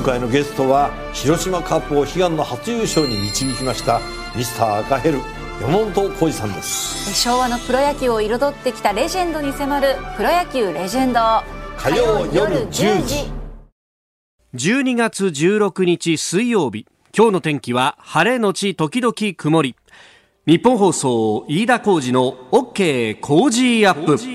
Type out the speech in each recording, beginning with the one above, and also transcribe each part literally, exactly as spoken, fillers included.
回のゲストは広島カップを悲願の初優勝に導きましたミスター赤ヘル山本浩二さんです。 昭和のプロ野球を彩ってきたレジェンドに迫るプロ野球レジェンド、 火曜夜じゅうじ。 じゅうにがつじゅうろくにち水曜日、今日の天気は晴れのち時々曇り。日本放送飯田浩司の OK 工事アップ。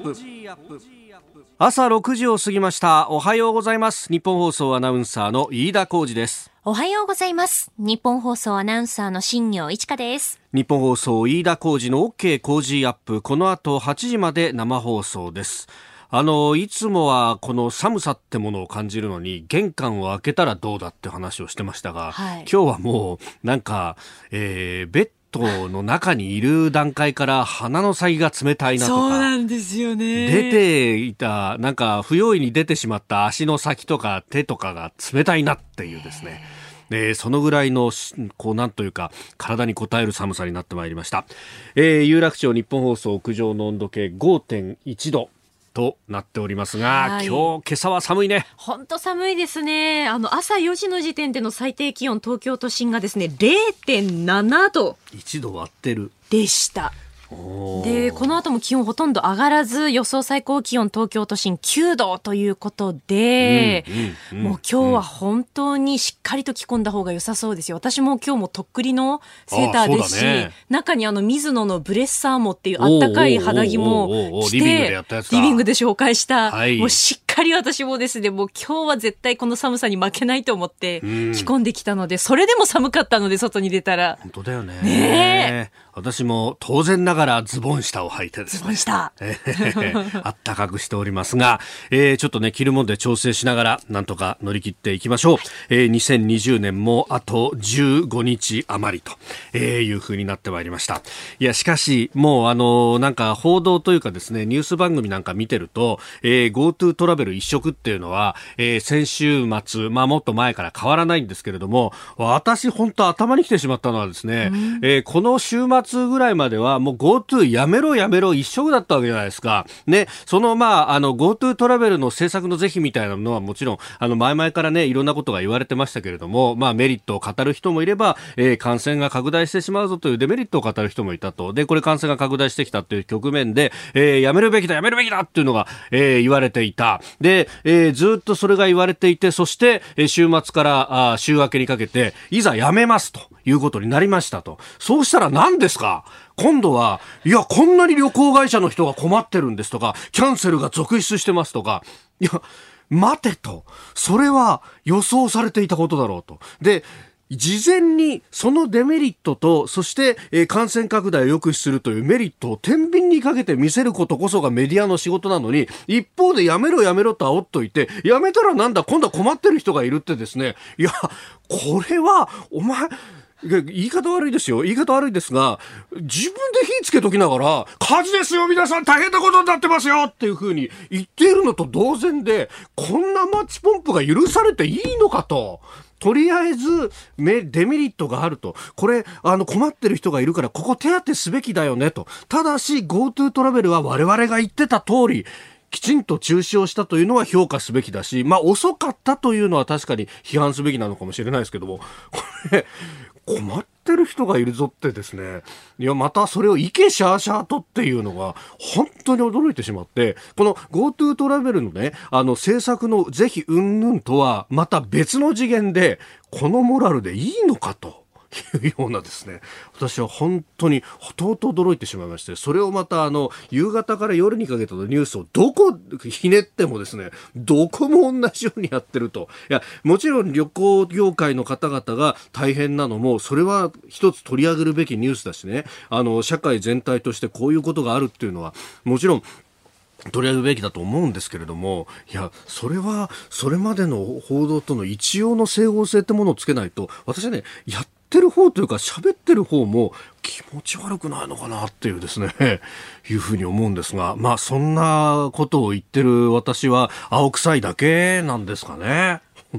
朝ろくじを過ぎました。おはようございます。日本放送アナウンサーの飯田浩司です。 おはようございます。日本放送アナウンサーの新業一華です。 日本放送飯田浩司の OK 工事アップ、この後はちじまで生放送です。あのいつもはこの寒さってものを感じるのに玄関を開けたらどうだって話をしてましたが、はい、今日はもうなんか、えー、ベッドの中にいる段階から鼻の先が冷たいなとか、 そうなんですよね。 出ていたなんか不用意に出てしまった足の先とか手とかが冷たいなっていうですね、えー、そのぐらいのこうなんというか体に応える寒さになってまいりました。えー、有楽町日本放送屋上の温度計 ごてんいちどとなっておりますが、はい、今日今朝は寒いね。 本当寒いですね。あの朝よじの時点での最低気温、東京都心がですね れいてんななど、 いちど割ってるでした。でこの後も気温ほとんど上がらず、予想最高気温東京都心きゅうどということで、うんうんうん、もう今日は本当にしっかりと着込んだ方が良さそうですよ。私も今日もとっくりのセーターですし、ね、中にあのミズノのブレッサーモっていうあったかい肌着も着て、 リビングでやったやつか、 リビングで紹介した、 はい、 もうしっかり私もですね、もう今日は絶対この寒さに負けないと思って着込んできたので、それでも寒かったので外に出たら本当だよね。 ねえ、 私も当然ながらズボン下を履いてですね、 ズボン下あったかくしておりますが、えー、ちょっとね着るもので調整しながらなんとか乗り切っていきましょう。えー、にせんにじゅうねんもあとじゅうごにち余りと、えー、いう風になってまいりました。いやしかしもうあのー、なんか報道というかですね、ニュース番組なんか見てると、えー、GoTo トラベル一色っていうのは、えー、先週末、まあもっと前から変わらないんですけれども、私本当頭に来てしまったのはですね、うんえー、この週末ぐらいまではもう GoTo やめろやめろ一色だったわけじゃないですか。ね、そのまああの GoTo トラベルの政策の是非みたいなのはもちろんあの前々からねいろんなことが言われてましたけれども、まあメリットを語る人もいれば、えー、感染が拡大してしまうぞというデメリットを語る人もいたと。でこれ感染が拡大してきたという局面で、えー、やめるべきだやめるべきだっていうのが、えー、言われていた。で、えー、ずっとそれが言われていて、そして、えー、週末からあ週明けにかけていざやめますということになりましたと。そうしたら何ですか、今度はいやこんなに旅行会社の人が困ってるんですとか、キャンセルが続出してますとか、いや待てと、それは予想されていたことだろうと。で事前にそのデメリットと、そして、えー、感染拡大を抑止するというメリットを天秤にかけて見せることこそがメディアの仕事なのに、一方でやめろやめろと煽っといて、やめたらなんだ今度は困ってる人がいるってですね、いやこれはお前言い方悪いですよ、言い方悪いですが、自分で火つけときながら火事ですよ皆さん大変なことになってますよっていう風に言っているのと同然で、こんなマッチポンプが許されていいのかと。とりあえずデメリットがあると、これあの困ってる人がいるからここ手当てすべきだよねと。ただし GoTo トラベルは我々が言ってた通りきちんと中止をしたというのは評価すべきだし、まあ遅かったというのは確かに批判すべきなのかもしれないですけども、これ困ってる人がいるぞってですね、いやまたそれをイケシャーシャーとっていうのが本当に驚いてしまって、この GoTo トラベルのねあの政策の是非云々とはまた別の次元で、このモラルでいいのかというようなですね、私は本当にとうとう驚いてしまいまして、それをまたあの夕方から夜にかけてのニュースをどこひねってもですね、どこも同じようにやってると。いやもちろん旅行業界の方々が大変なのもそれは一つ取り上げるべきニュースだしね、あの社会全体としてこういうことがあるっていうのはもちろん取り上げるべきだと思うんですけれども、いやそれはそれまでの報道との一応の整合性ってものをつけないと、私はねやってる方というか喋ってる方も気持ち悪くないのかなっていうですねいうふうに思うんですが、まあそんなことを言ってる私は青臭いだけなんですかね。本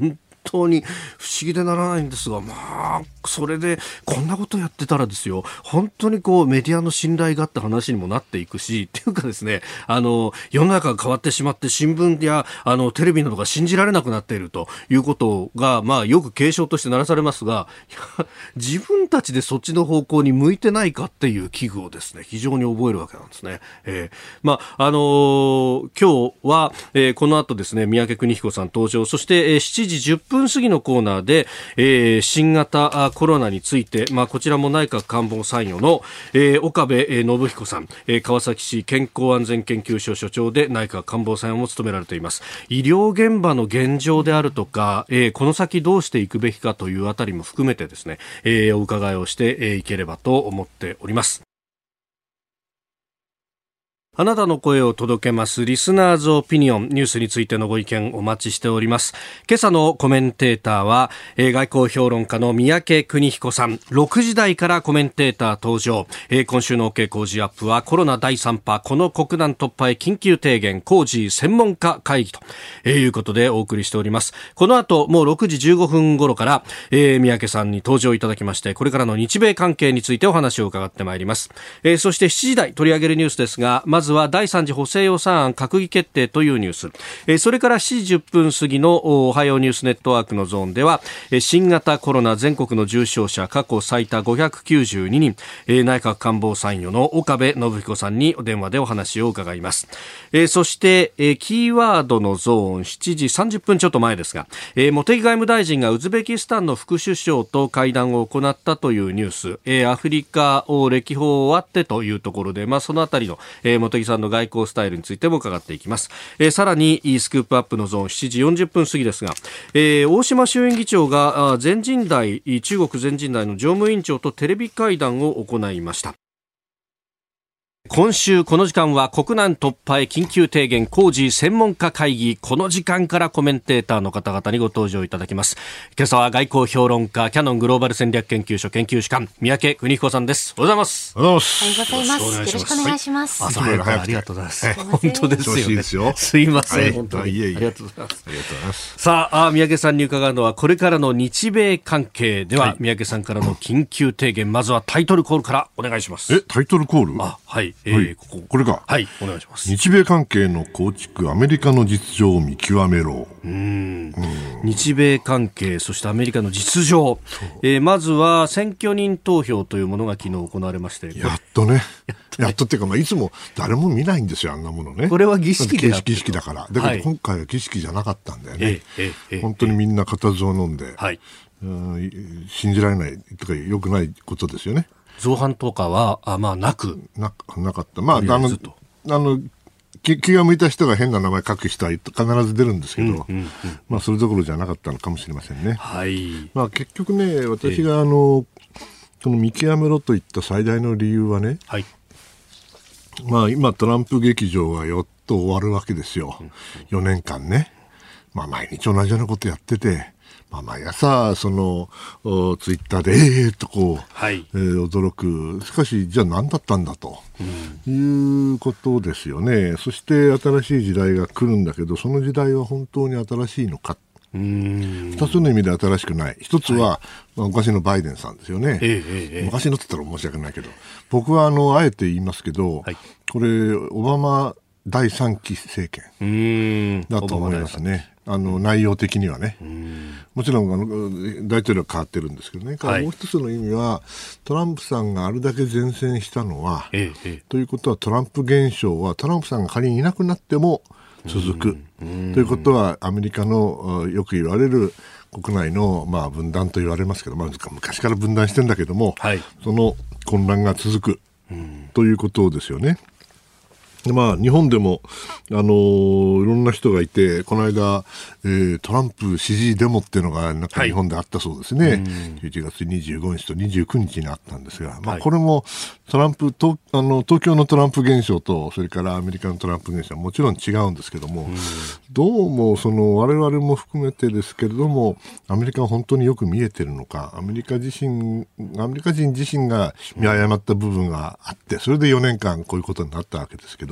当に不思議でならないんですが、まあそれでこんなことやってたらですよ、本当にこうメディアの信頼がって話にもなっていくし、っていうかですね、あの世の中が変わってしまって新聞やあのテレビなどが信じられなくなっているということが、まあよく警鐘として鳴らされますが、いや自分たちでそっちの方向に向いてないかっていう危惧をですね、非常に覚えるわけなんですね。えー、まああのー、今日は、えー、この後ですね、三宅邦彦さん登場、そして、えー、しちじじゅっぷん過ぎのコーナーで、えー、新型コロナについて、まあこちらも内閣官房参与の、えー、岡部信彦さん、えー、川崎市健康安全研究所所長で内閣官房参与も務められています。医療現場の現状であるとか、えー、この先どうしていくべきかというあたりも含めてですね、えー、お伺いをしていければと思っております。あなたの声を届けますリスナーズオピニオン、ニュースについてのご意見お待ちしております。今朝のコメンテーターは、えー、外交評論家の三宅邦彦さん、ろくじ台からコメンテーター登場。えー、今週の OK 工事アップはコロナだいさん波、この国難突破へ緊急提言、工事専門家会議と、えー、いうことでお送りしております。この後もうろくじじゅうごふん頃から、えー、三宅さんに登場いただきまして、これからの日米関係についてお話を伺ってまいります。えー、そしてしちじ台取り上げるニュースですが、まずまずはだいさん次補正予算案閣議決定というニュース、えー、それからしちじじゅっぷん過ぎのおはようニュースネットワークのゾーンでは、えー、新型コロナ全国の重症者過去最多ごひゃくきゅうじゅうににん、えー、内閣官房参与の岡部信彦さんにお電話でお話を伺います。えー、そして、えー、キーワードのゾーンしちじさんじゅっぷんちょっと前ですが、えー、茂木外務大臣がウズベキスタンの副首相と会談を行ったというニュース、えー、アフリカを歴訪終わってというところで、まあ、そのあたりの、えー、茂木さんの外交スタイルについても伺っていきます。えー、さらにスクープアップのゾーンしちじよんじゅっぷん過ぎですが、えー、大島衆院議長が全人代中国全人代の常務委員長とテレビ会談を行いました。今週この時間は国難突破へ緊急提言、工事専門家会議。この時間からコメンテーターの方々にご登場いただきます。今朝は外交評論家、キヤノングローバル戦略研究所研究主幹、三宅邦彦さんです。おはようございます。 おはようございます。よろしくお願いします。 朝早くありがとうございます。本当ですよね。す, よすいません、はい、本当に、いえいえ、ありがとうございます。ありがとうございます。さあ、三宅さんに伺うのはこれからの日米関係では、はい、三宅さんからの緊急提言、まずはタイトルコールからお願いします。 え、タイトルコール？ あ、はい、えーはい、 こここれか。 はい、お願いします。 日米関係の構築、アメリカの実情を見極めろ。 うーん、日米関係、そしてアメリカの実情、えー、まずは選挙人投票というものが昨日行われまして、 やっとね、やっとっていうか、まあ、いつも誰も見ないんですよ、あんなものね。 これは儀式でやって儀式だから。だけど今回は儀式じゃなかったんだよね。 えええ本当にみんな固唾を飲んで、 はい、 うん信じられないとか良くないことですよね。 造反とかはあ、まあ、なくな、なかった。まあ、あの、あの気, 気が向いた人が変な名前書く人は必ず出るんですけど、うんうんうん、まあ、それどころじゃなかったのかもしれませんね。 はい、 まあ、結局ね、私があの、その見極めろといった最大の理由はね、 はい、 まあ、今トランプ劇場がやっと終わるわけですよ。よねんかんね、まあ、毎日同じようなことやってて、まあ、毎朝そのツイッターでえーっとこう、 はいえー、驚く。しかしじゃあ何だったんだと、うん、いうことですよね。そして新しい時代が来るんだけど、その時代は本当に新しいのか。 うーん、 二つの意味で新しくない。一つは、はい、まあ、昔のバイデンさんですよね。 えーえー、 昔のって言ったら申し訳ないけど、僕はあのあえて言いますけど、はい、これオバマだいさんき政権うーんだと思いますね。あの内容的にはね、もちろんあの大統領は変わってるんですけどね、はい、もう一つの意味はトランプさんがあれだけ善戦したのは、ええ、ということはトランプ現象はトランプさんが仮にいなくなっても続くということは、アメリカのよく言われる国内の、まあ、分断と言われますけど、まあ、昔から分断してるんだけども、はい、その混乱が続くということですよね。まあ、日本でも、あのー、いろんな人がいて、この間、えー、トランプ支持デモっていうのがなんか日本であったそうですね。はい、じゅういちがつにじゅうごにちとにじゅうくにちにあったんですが、まあ、これもトランプ東、あの、東京のトランプ現象と、それからアメリカのトランプ現象はもちろん違うんですけども、どうもその我々も含めてですけれども、アメリカは本当によく見えてるのか、アメリカ自身、アメリカ人自身が見誤った部分があって、それでよねんかんこういうことになったわけですけど、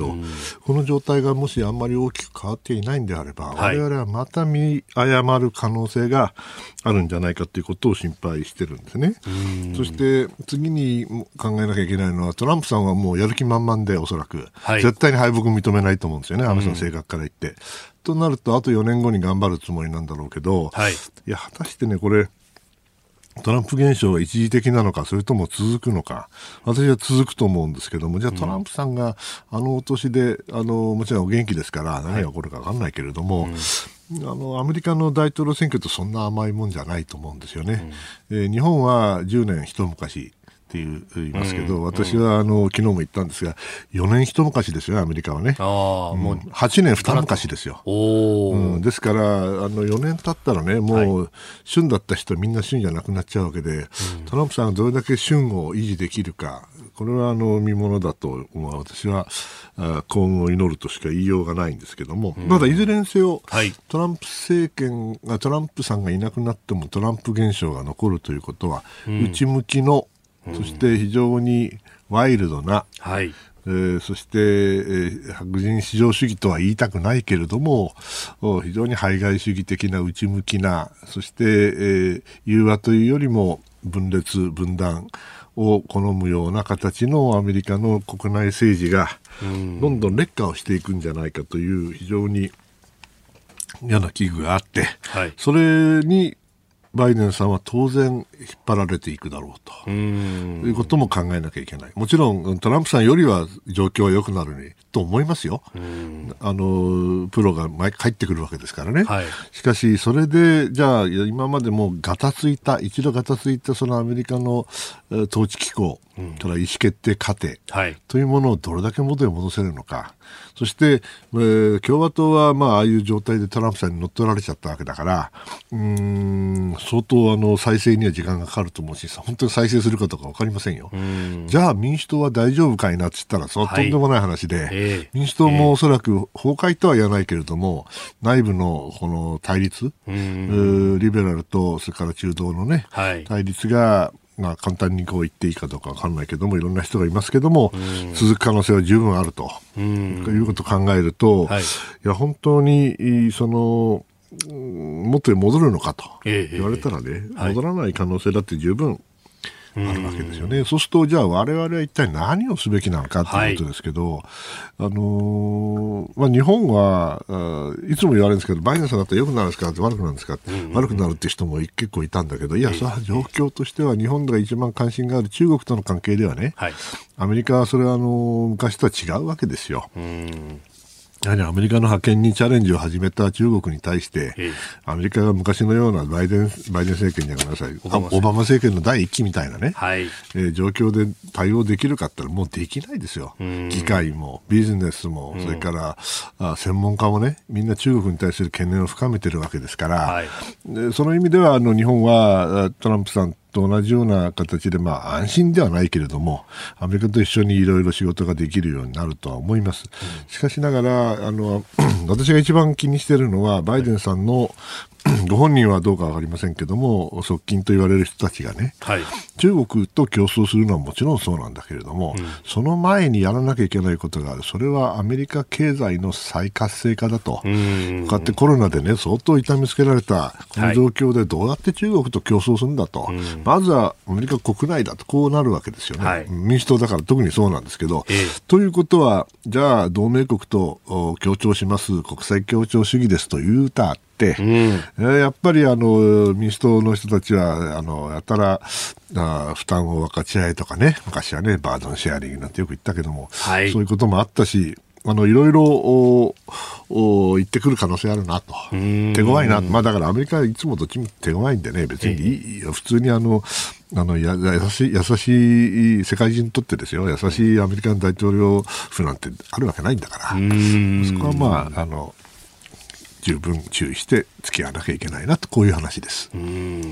ど、うん、この状態がもしあんまり大きく変わっていないんであれば、はい、我々はまた見誤る可能性があるんじゃないかということを心配してるんですね。そして次に考えなきゃいけないのは、トランプさんはもうやる気満々でおそらく、はい、絶対に敗北認めないと思うんですよね、あの人の性格から言って、うん、となるとあとよねんごに頑張るつもりなんだろうけど、はい、いや果たしてねこれトランプ現象は一時的なのか、それとも続くのか。私は続くと思うんですけども、じゃあトランプさんがあのお年で、あの、もちろんお元気ですから、何が起こるか分かんないけれども、うん、あの、アメリカの大統領選挙ってそんな甘いもんじゃないと思うんですよね。うん、えー、日本はじゅうねん一昔。っていう言いますけど、うん、私はあの昨日も言ったんですが、よねん一昔ですよ、アメリカはね。あ、うん、もうはちねん二昔ですよ。お、うん、ですからあのよねん経ったらね、もう旬だった人みんな旬じゃなくなっちゃうわけで、うん、トランプさんがどれだけ旬を維持できるか、これはあの見ものだと、まあ、私は幸運を祈るとしか言いようがないんですけども、うん、ただいずれにせよ、はい、トランプ政権がトランプさんがいなくなってもトランプ現象が残るということは、うん、内向きのそして非常にワイルドな、はい、えー、そして、えー、白人至上主義とは言いたくないけれども、非常に排外主義的な内向きな、そして、えー、融和というよりも分裂分断を好むような形のアメリカの国内政治がどんどん劣化をしていくんじゃないかという非常に嫌な危惧があって、はい、それにバイデンさんは当然引っ張られていくだろうとういうことも考えなきゃいけない。もちろんトランプさんよりは状況は良くなると思いますよ。あのプロが毎回帰ってくるわけですからね、はい、しかしそれでじゃあ今までもガタついた一度ガタついたそのアメリカの統治機構、うん、それは意思決定過程、はい、というものをどれだけ元に戻せるのか。そして、えー、共和党は、まあ、ああいう状態でトランプさんに乗っ取られちゃったわけだから、うーん、相当あの再生には時間がかかると思うし、本当に再生するかどうか分かりませんよ。じゃあ民主党は大丈夫かいなって言ったら、そうとんでもない話で、はい、えー、民主党もおそらく崩壊とは言わないけれども、えー、内部のこの対立、リベラルとそれから中道のね、はい、対立がまあ、簡単にこう言っていいかどうか分かんないけども、いろんな人がいますけども、続く可能性は十分あるということを考えると、はい、いや本当にその元に戻るのかと言われたらね、えー、戻らない可能性だって十分あるわけですよね。そうするとじゃあ我々は一体何をすべきなのかということですけど、はい、あのーまあ、日本はいつも言われるんですけど、バイデンさんだったら良くなるんですかって悪くなるんですかって、うんうん、悪くなるって人も結構いたんだけど、いやそれは状況としては日本が一番関心がある中国との関係ではね、はい、アメリカはそれはあのー、昔とは違うわけですよ。うん、やはりアメリカの覇権にチャレンジを始めた中国に対して、ええ、アメリカが昔のようなバイデン、バイデン政権じゃごめんなさい、オバマ、オバマ政権のだいいっきみたいなね、はい、えー、状況で対応できるかって言ったらもうできないですよ。議会もビジネスも、それからあ専門家もね、みんな中国に対する懸念を深めてるわけですから、はい、でその意味ではあの日本はトランプさんと同じような形で、まあ、安心ではないけれどもアメリカと一緒にいろいろ仕事ができるようになるとは思います。しかしながらあの私が一番気にしているのはバイデンさんのご本人はどうかわかりませんけども側近と言われる人たちがね、はい、中国と競争するのはもちろんそうなんだけれども、うん、その前にやらなきゃいけないことがある。それはアメリカ経済の再活性化だと。こうやってコロナでね相当痛めつけられたこの状況でどうやって中国と競争するんだと、はい、まずはアメリカ国内だとこうなるわけですよね、はい、民主党だから特にそうなんですけど、えー、ということはじゃあ同盟国と協調します国際協調主義ですというたって、うん、やっぱりあの民主党の人たちはあのやたらあ負担を分かち合いとかね、昔はねバードンシェアリングなんてよく言ったけども、はい、そういうこともあったし、あのいろいろおお言ってくる可能性あるなと、手強いな、まあ、だからアメリカはいつもどっちも手強いんでね、別にいい、えー、普通にあのあのや優しい優しい世界人にとってですよ、優しいアメリカの大統領府なんてあるわけないんだから、そこはまああの十分注意して付き合わなきゃいけないなと、こういう話です。 うん、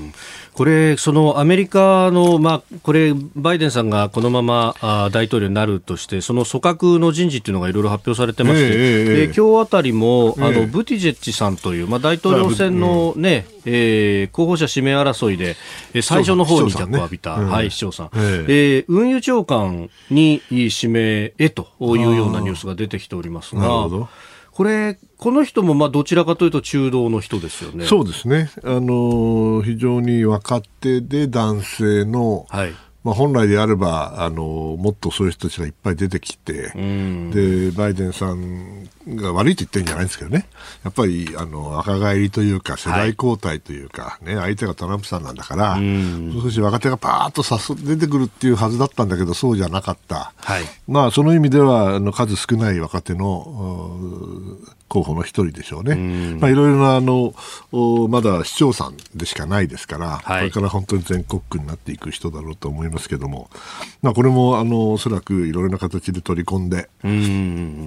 これそのアメリカの、まあ、これバイデンさんがこのままあ大統領になるとして、その組閣の人事っていうのがいろいろ発表されてまして、えーえー、今日あたりも、えー、あのブティジェッジさんという、まあ、大統領選の、ね、うん、えー、候補者指名争いで最初の方に脚を浴びた、ね、はい、市長さん、えーえー、運輸長官に指名へというようなニュースが出てきておりますが、なるほど。これ、この人もまあどちらかというと中道の人ですよね。 そうですね。あの非常に若手で男性の、はい、まあ、本来であればあのもっとそういう人たちがいっぱい出てきて、うん、でバイデンさんが悪いと言ってるんじゃないんですけどね、やっぱりあの若返りというか世代交代というか、ね、はい、相手がトランプさんなんだから、うん、そうし若手がパーッと誘出てくるっていうはずだったんだけど、そうじゃなかった、はい、まあ、その意味ではあの数少ない若手の候補の一人でしょうね。うん、まあ、いろいろなあのまだ市長さんでしかないですから、はい、これから本当に全国区になっていく人だろうと思いますけども、まあ、これもあのおそらくいろいろな形で取り込んで、うん、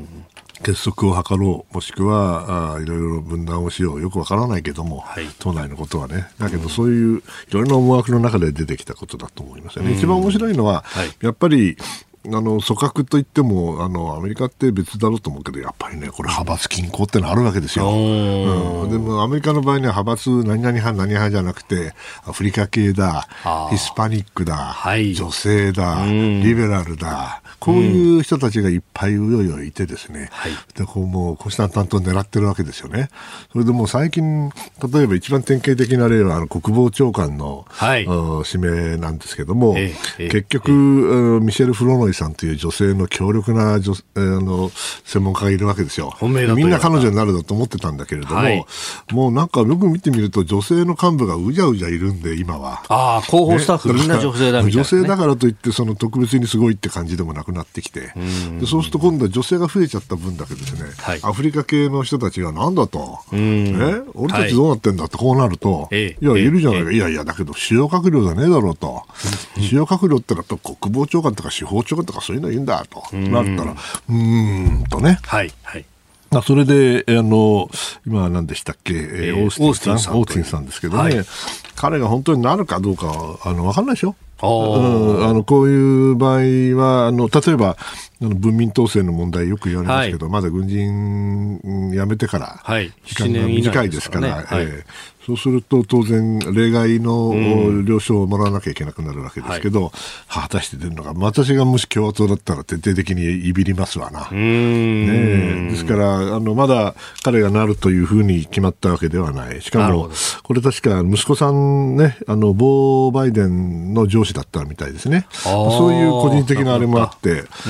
結束を図ろう、もしくはあいろいろ分断をしよう、よくわからないけども、はい、党内のことはね、だけどそういういろいろな思惑の中で出てきたことだと思いますよね。うん、一番面白いのは、はい、やっぱりあの組閣といってもあのアメリカって別だろうと思うけど、やっぱりね、これ派閥均衡ってのあるわけですよ。うん、でもアメリカの場合には派閥何々派何派じゃなくて、アフリカ系だ、ヒスパニックだ、はい、女性だ、リベラルだ、こういう人たちがいっぱいうよいよいてですね、はい、でこうもう虎視眈々と狙ってるわけですよね。それでもう最近例えば一番典型的な例はあの国防長官の、はい、指名なんですけども、ええ、結局、ええ、ミシェル・フロノイさんという女性の強力な女、えー、あの専門家がいるわけですよ。みんな彼女になるだと思ってたんだけれども、はい、もうなんかよく見てみると女性の幹部がうじゃうじゃいるんで、今はあ広報スタッフ、ね、みんな女性だみたいな、ね、女性だからといってその特別にすごいって感じでもなくなってきて、でそうすると今度は女性が増えちゃった分だけですね、はい、アフリカ系の人たちがなんだと、え俺たちどうなってんだってこうなると、はい、いやいるじゃないか、いやいやだけど主要閣僚じゃねえだろうと、主要閣僚ってのは国防長官とか司法長官とかそういうのいいんだとなったら、うーんとね、はいはい、それであの今何でしたっけ、えー、オースティンさん、オースティンさんですけどね、はい、彼が本当になるかどうかあの分かんないでしょ。うん、あのこういう場合はあの例えばあの文民統制の問題よく言われますけど、はい、まだ軍人辞めてから期間が短いですから、はい、えーそうすると当然例外の了承をもらわなきゃいけなくなるわけですけど、うんはい、果たして出るのか、私がもし共和党だったら徹底的にいびりますわな。うーん、ね、ですからあのまだ彼がなるというふうに決まったわけではない。しかもこれ確か息子さんね、あのボー・バイデンの上司だったみたいですね。そういう個人的なあれもあって、うん、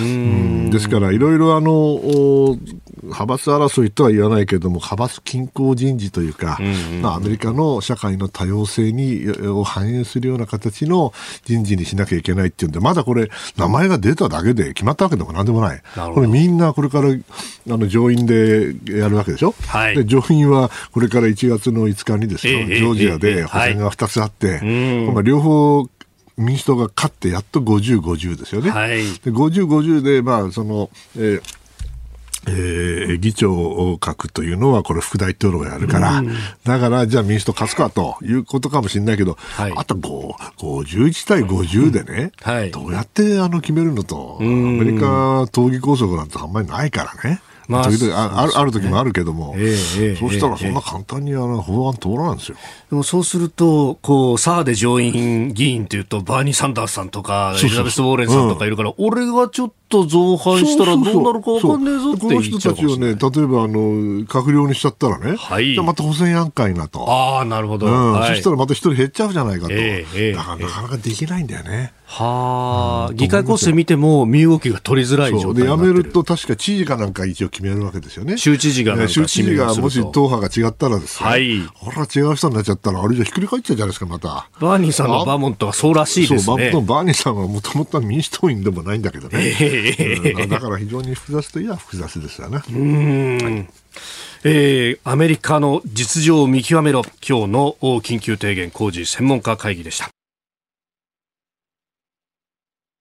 ですからいろいろあの派閥争いとは言わないけれども派閥均衡人事というか、うんうんまあ、アメリカの社会の多様性にを反映するような形の人事にしなきゃいけないっていうんで、まだこれ名前が出ただけで決まったわけでもなんでもない。これみんなこれからあの上院でやるわけでしょ、はい、で上院はこれからいちがつのいつかにですよ、えー、ジョージアで補選がふたつあって、はい、両方民主党が勝ってやっとごじゅうごじゅうですよね、はい、でごじゅうごじゅうで、まあそのえーえー、議長格というのはこれ副大統領がやるから、うん、だからじゃあ民主党勝つかということかもしれないけど、はい、あとごじゅういちたいごじゅうでね、うんはい、どうやってあの決めるのと、アメリカ党議拘束なんてあんまりないからね。まあ、時々あ, あ, るある時もあるけども、えーえー、そうしたらそんな簡単にあの法案通らないんですよ。 でもそうするとこうサーで上院議員というとバーニー・サンダースさんとかエリザベス・ウォーレンさんとかいるから、うん、俺がちょっと造反したらどうなるか分かんねえぞって言っちゃうかもしれない。この人たちをね、例えばあの閣僚にしちゃったらね、はい、じゃあまた補選やんかいなと。ああなるほど、 うんはい、 そしたらまた一人減っちゃうじゃないかと、 えーえー、 だからなかなかできないんだよね。 はあ、うん、議会構成見ても身動きが取りづらい状態になってる。 で辞めると確か知事かなんか一応決めるわけですよね。 州知事がなんか州知事がもし党派が違ったらですね、はい、ほら違う人になっちゃったらあれじゃひっくり返っちゃうじゃないですか。またバーニーさんのバーモントはそうらしいですね。 そうバーニーさんはもともと民主党員でもないんだけどね、えーうん、だから非常に複雑といえば複雑ですよね。うーん、はい、 えー、アメリカの実情を見極めろ、今日の緊急提言公示専門家会議でした。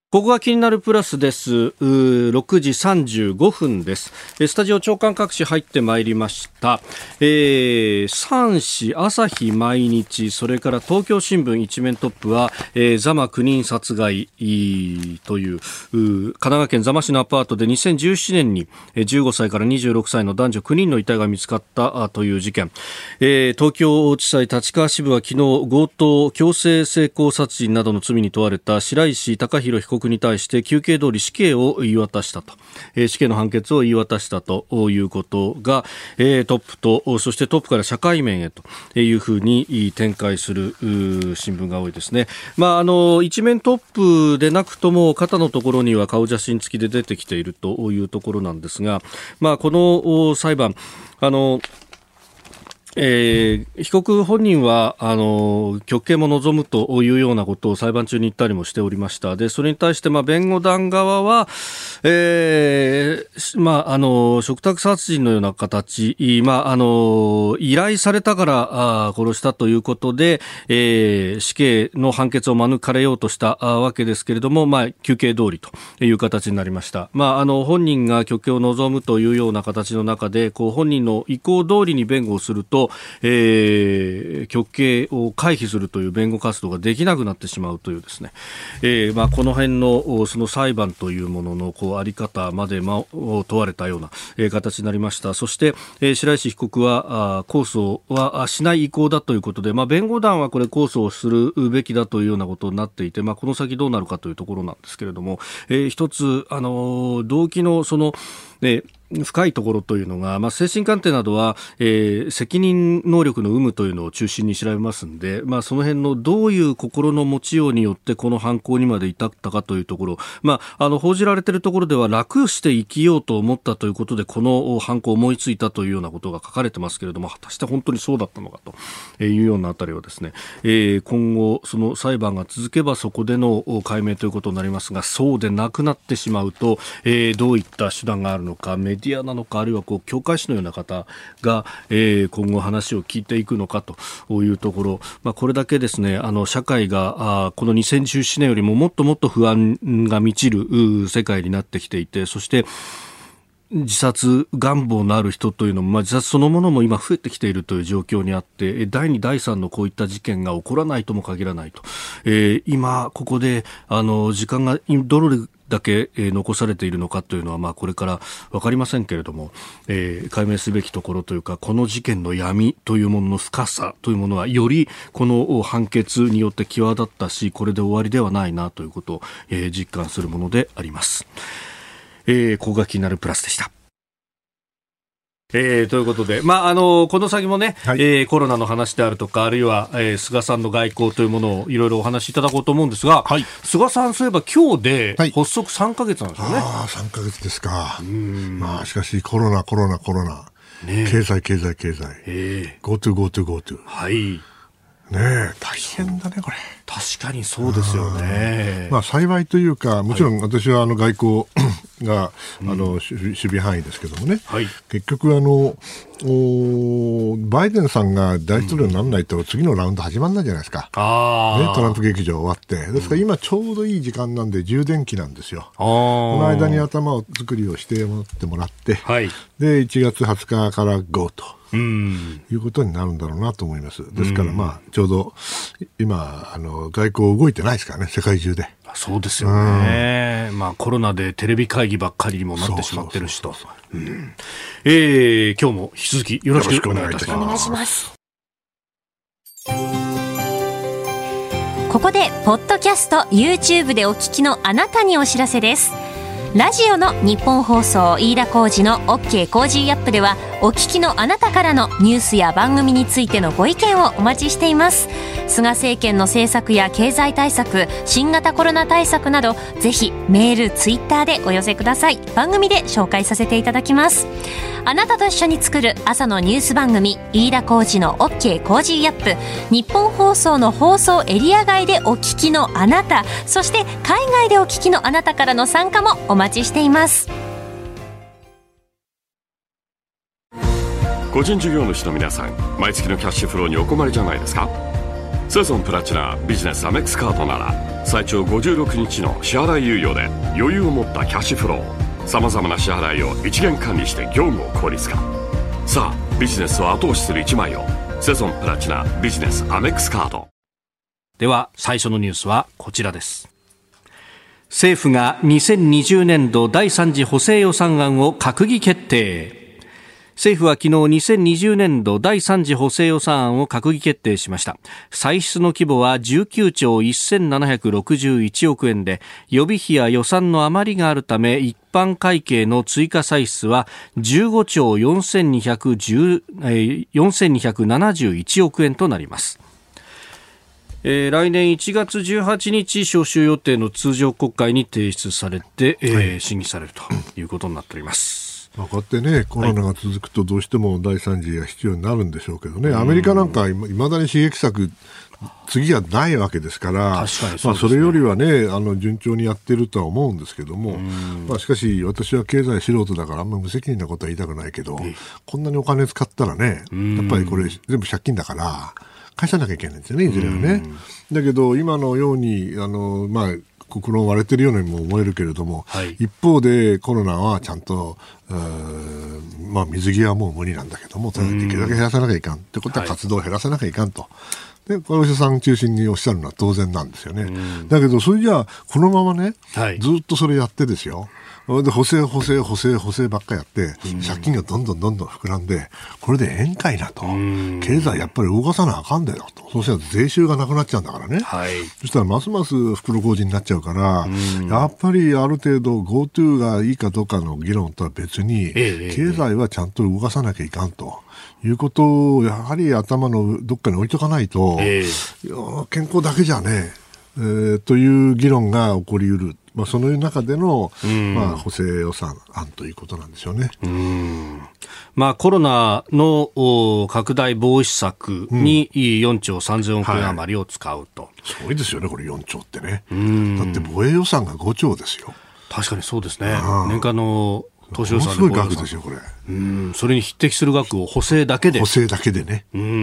ここが気になるプラスです。ろくじさんじゅうごふんです。スタジオ長官各紙入ってまいりました。えー、三紙、朝日毎日、それから東京新聞一面トップは、えー、座間きゅうにん殺害という、神奈川県座間市のアパートでにせんじゅうななねんにじゅうごさいからにじゅうろくさいの男女きゅうにんの遺体が見つかったという事件。えー、東京地裁立川支部は昨日強盗強制性交殺人などの罪に問われた白石貴弘被告に対して求刑通り死刑を言い渡したと、えー、死刑の判決を言い渡したということが、えー、トップとそしてトップから社会面へというふうに展開する新聞が多いですね。まあ、あの一面トップでなくとも肩のところには顔写真付きで出てきているというところなんですが、まあ、この裁判あのえー、被告本人はあの極刑も望むというようなことを裁判中に言ったりもしておりました。でそれに対して、まあ、弁護団側は、えーまあ、あの嘱託殺人のような形、まあ、あの依頼されたからあ殺したということで、えー、死刑の判決を免れようとしたわけですけれども、まあ、求刑通りという形になりました。まあ、あの本人が極刑を望むというような形の中でこう本人の意向通りに弁護をするとえー、極刑を回避するという弁護活動ができなくなってしまうというですね、えーまあ、この辺のその裁判というもののこうあり方まで、ま、問われたような、えー、形になりました。そして、えー、白石被告はあ控訴はしない意向だということで、まあ、弁護団はこれ控訴をするべきだというようなことになっていて、まあ、この先どうなるかというところなんですけれども、えー、一つ、あのー、動機のその、えー深いところというのが、まあ、精神鑑定などは、えー、責任能力の有無というのを中心に調べますので、まあ、その辺のどういう心の持ちようによってこの犯行にまで至ったかというところ、まあ、あの報じられているところでは楽して生きようと思ったということでこの犯行を思いついたというようなことが書かれてますけれども、果たして本当にそうだったのかというようなあたりはですね、えー、今後その裁判が続けばそこでの解明ということになりますが、そうでなくなってしまうと、えー、どういった手段があるのか、メディアなのか、あるいはこう教会士のような方が、えー、今後話を聞いていくのかというところ、まあ、これだけですね、あの社会があこのにせんじゅうななねんよりももっともっと不安が満ちる世界になってきていて、そして自殺願望のある人というのも、まあ、自殺そのものも今増えてきているという状況にあって、だいにだいさんのこういった事件が起こらないとも限らないと、えー、今ここであの時間がどれだけ残されているのかというのは、まあ、これから分かりませんけれども、えー、解明すべきところというか、この事件の闇というものの深さというものはよりこの判決によって際立ったし、これで終わりではないなということを、えー、実感するものであります。えー、ここが気になるプラスでした。えー、ということで、まあ、あのこの先もね、はい、えー、コロナの話であるとか、あるいは、えー、菅さんの外交というものをいろいろお話しいただこうと思うんですが、はい、菅さんそういえば今日で発足さんかげつなんですよね。はい、 ああ、さんかげつですか。うん、まあ、しかしコロナコロナコロナ、ね、経済経済経済、えー、GoTo GoTo GoTo、はい、ねえ、大変だねこれ。 確かにそうですよね。 まあ、幸いというか、もちろん私はあの外交が、うん、あの守備範囲ですけどもね、はい、結局あのバイデンさんが大統領にならないと次のラウンド始まらないじゃないですか、うんね、トランプ劇場終わって、ですから今ちょうどいい時間なんで充電期なんですよ。この間に頭を作りをしてもらってもらって、はい、でいちがつはつかから GO とうん、いうことになるんだろうなと思います。ですから、まあ、ちょうど今あの外交動いてないですからね、世界中で。 そうですよね、まあ、コロナでテレビ会議ばっかりにもなってしまってるしと。今日も引き続きよろしくお願いいたします。お願いします。 ここでポッドキャスト YouTube でお聞きのあなたにお知らせです。ラジオの日本放送飯田浩司の OK コージーアップでは、お聞きのあなたからのニュースや番組についてのご意見をお待ちしています。菅政権の政策や経済対策、新型コロナ対策など、ぜひメール、ツイッターでお寄せください。番組で紹介させていただきます。あなたと一緒に作る朝のニュース番組、飯田浩司の OK コージーアップ。日本放送の放送エリア外でお聞きのあなた、そして海外でお聞きのあなたからの参加もお待ちしています。 個人事業主の皆さん、毎月のキャッシュフローにお困りじゃないですか。 セゾンプラチナビジネスアメックスカードなら最長ごじゅうろくにちの支払い猶予で余裕を持ったキャッシュフロー、さまざまな支払いを一元管理して業務を効率化。さあビジネスを後押しする一枚をセゾンプラチナビジネスアメックスカード。 では最初のニュースはこちらです。政府がにせんにじゅうねんどだいさん次補正予算案を閣議決定。政府は昨日にせんにじゅうねんどだいさん次補正予算案を閣議決定しました。歳出の規模はじゅうきゅうちょうせんななひゃくろくじゅういちおくえんで、予備費や予算の余りがあるため一般会計の追加歳出はじゅうごちょうよんせんにひゃくななじゅういちおくえんとなります。えー、来年いちがつじゅうはちにち召集予定の通常国会に提出されて、えーはい、審議されるということになっております。 まあ、こうやってねコロナが続くとどうしてもだいさん次が必要になるんでしょうけどね、アメリカなんかいまだに刺激策次がないわけですから、確かにそうですね、まあ、それよりはねあの順調にやってるとは思うんですけども、まあ、しかし私は経済素人だからあんま無責任なことは言いたくないけど、こんなにお金使ったらねやっぱりこれ全部借金だから返さなきゃいけないんですよね、いずれはね。だけど今のようにあの、まあ心割れてるようにも思えるけれども、はい、一方でコロナはちゃんと、まあ、水際はもう無理なんだけどもできるだけ減らさなきゃいかんってことは活動を減らさなきゃいかんと、はい、でこのお医者さん中心におっしゃるのは当然なんですよね。だけどそれじゃあこのままね、はい、ずっとそれやってですよで補正補正補正補正ばっかやって借金がどんどんどんどん膨らんでこれで宴会なと経済やっぱり動かさなあかんだよと、そうしたら税収がなくなっちゃうんだからね、はい、そしたらますます袋小路になっちゃうからやっぱりある程度 GoTo がいいかどうかの議論とは別に経済はちゃんと動かさなきゃいかんということをやはり頭のどっかに置いとかないと、えー、健康だけじゃね、えー、という議論が起こりうる。まあ、その中での、まあ、補正予算案ということなんでしょうね。 うん、まあ、コロナの拡大防止策によんちょうさんぜんおくえん余りを使うと、はい、 すごいですよねこれよんちょうってね。だって防衛予算がごちょうですよ。 確かにそうですね。年間の投資予算でものすごい額ですよこれ。 うん、それに匹敵する額を補正だけで補正だけでね。うん、うん、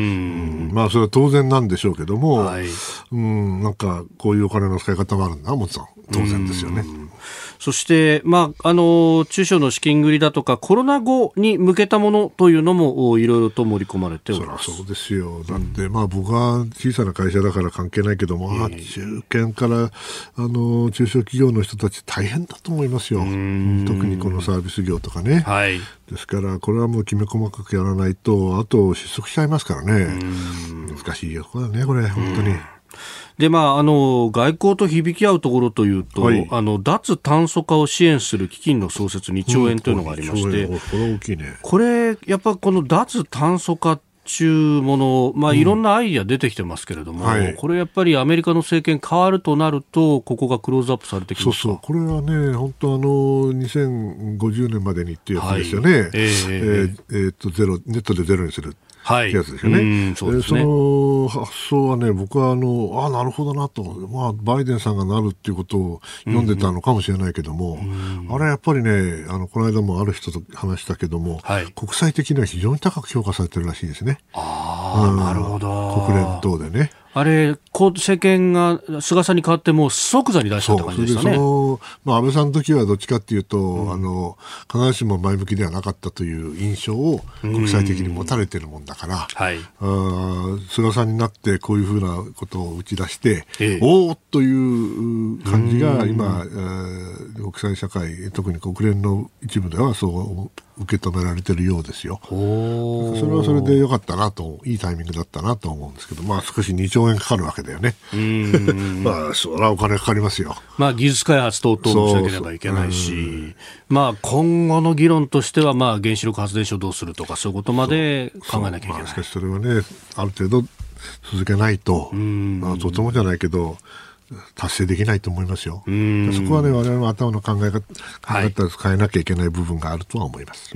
まあそれは当然なんでしょうけども、はい、うん、なんかこういうお金の使い方もあるんだもちろん当然ですよね。 そして、まあ、あの中小の資金繰りだとかコロナ後に向けたものというのもいろいろと盛り込まれております。 そりゃそうですよ。だって、うん、まあ、僕は小さな会社だから関係ないけども、うん、中堅からあの中小企業の人たち大変だと思いますよ。特にこのサービス業とかね、はい、ですからこれはもうきめ細かくやらないとあと失速しちゃいますからね。難しいよこれねこれ本当に。 でまあ、あの外交と響き合うところというと、はい、あの脱炭素化を支援する基金の創設にちょうえんというのがありまして、うん、これ大きいね。これやっぱこの脱炭素化というもの、まあ、いろんなアイディア出てきてますけれども、うんはい、これやっぱりアメリカの政権変わるとなるとここがクローズアップされてきますか。 そうそうこれはね本当あのにせんごじゅうねんまでにっていうやつですよね。はい、えー、えーえー、とゼロネットでゼロにするはい、やつですよね。うんそうですね。その発想はね僕はあのあなるほどなと、まあ、バイデンさんがなるっていうことを読んでたのかもしれないけども、うんうん、あれやっぱりねあのこの間もある人と話したけども、はい、国際的には非常に高く評価されてるらしいですね。 あ、うん、なるほど。 国連等でね。 あれ政権が菅さんに変わってもう即座に出したって感じでしたね。 そうそれでその、まあ、安倍さんの時はどっちかっていうと、うん、あの必ずしも前向きではなかったという印象を国際的に持たれているもんだから、はい、あ菅さんになってこういうふうなことを打ち出して、ええ、おーっという感じが今、えー、国際社会特に国連の一部ではそう受け止められているようですよ。それはそれで良かったなといいタイミングだったなと思うんですけど、まあ、少しにちょうえんかかるわけだよね。うんまあそれはお金かかりますよ。 まあ、技術開発等々もしなければいけないし、まあ、今後の議論としては、まあ、原子力発電所をどうするとかそういうことまで考えなきゃいけない。 まあ、しかしそれはねある程度続けないと、まあ、とてもじゃないけど達成できないと思いますよ。そこはね我々の頭の考え方、考え方を変えなきゃいけない部分があるとは思います。 うん、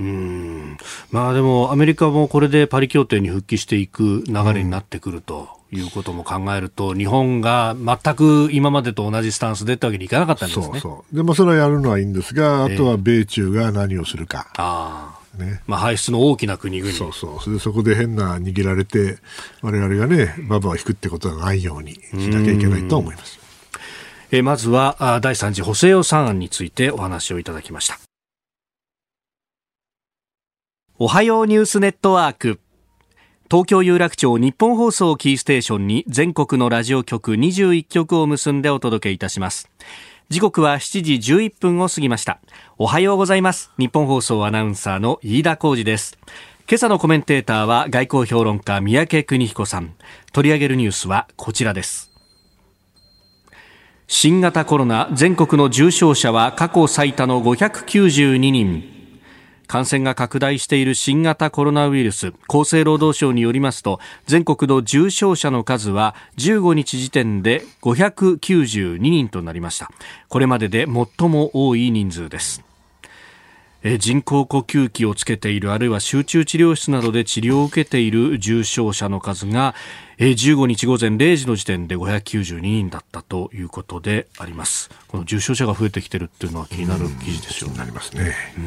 まあ、でもアメリカもこれでパリ協定に復帰していく流れになってくるということも考えると、日本が全く今までと同じスタンスでってわけにいかなかったんですね。 そうそうで、まあ、それはやるのはいいんですがあとは米中が何をするか、えー、あね、 まあ、排出の大きな国々。 そうそう。それでそこで変な握られて、我々がね、ババを引くってことがないようにしなきゃいけないと思います。 えー、まずはだいさん次補正予算案についてお話をいただきました。おはようニュースネットワーク。東京有楽町日本放送キーステーションに全国のラジオ局にじゅういっきょくを結んでお届けいたします。時刻はしちじじゅういっぷんを過ぎました。おはようございます。日本放送アナウンサーの飯田浩司です。今朝のコメンテーターは外交評論家三宅邦彦さん。取り上げるニュースはこちらです。新型コロナ全国の重症者は過去最多のごひゃくきゅうじゅうににん。感染が拡大している新型コロナウイルス、厚生労働省によりますと、全国の重症者の数はじゅうごにち時点でごひゃくきゅうじゅうににんとなりました。これまでで最も多い人数です。え人工呼吸器をつけている、あるいは集中治療室などで治療を受けている重症者の数がえじゅうごにち午前れいじの時点でごひゃくきゅうじゅうににんだったということであります。この重症者が増えてきているっていうのは気になる記事ですよね。 なりますね。 うん、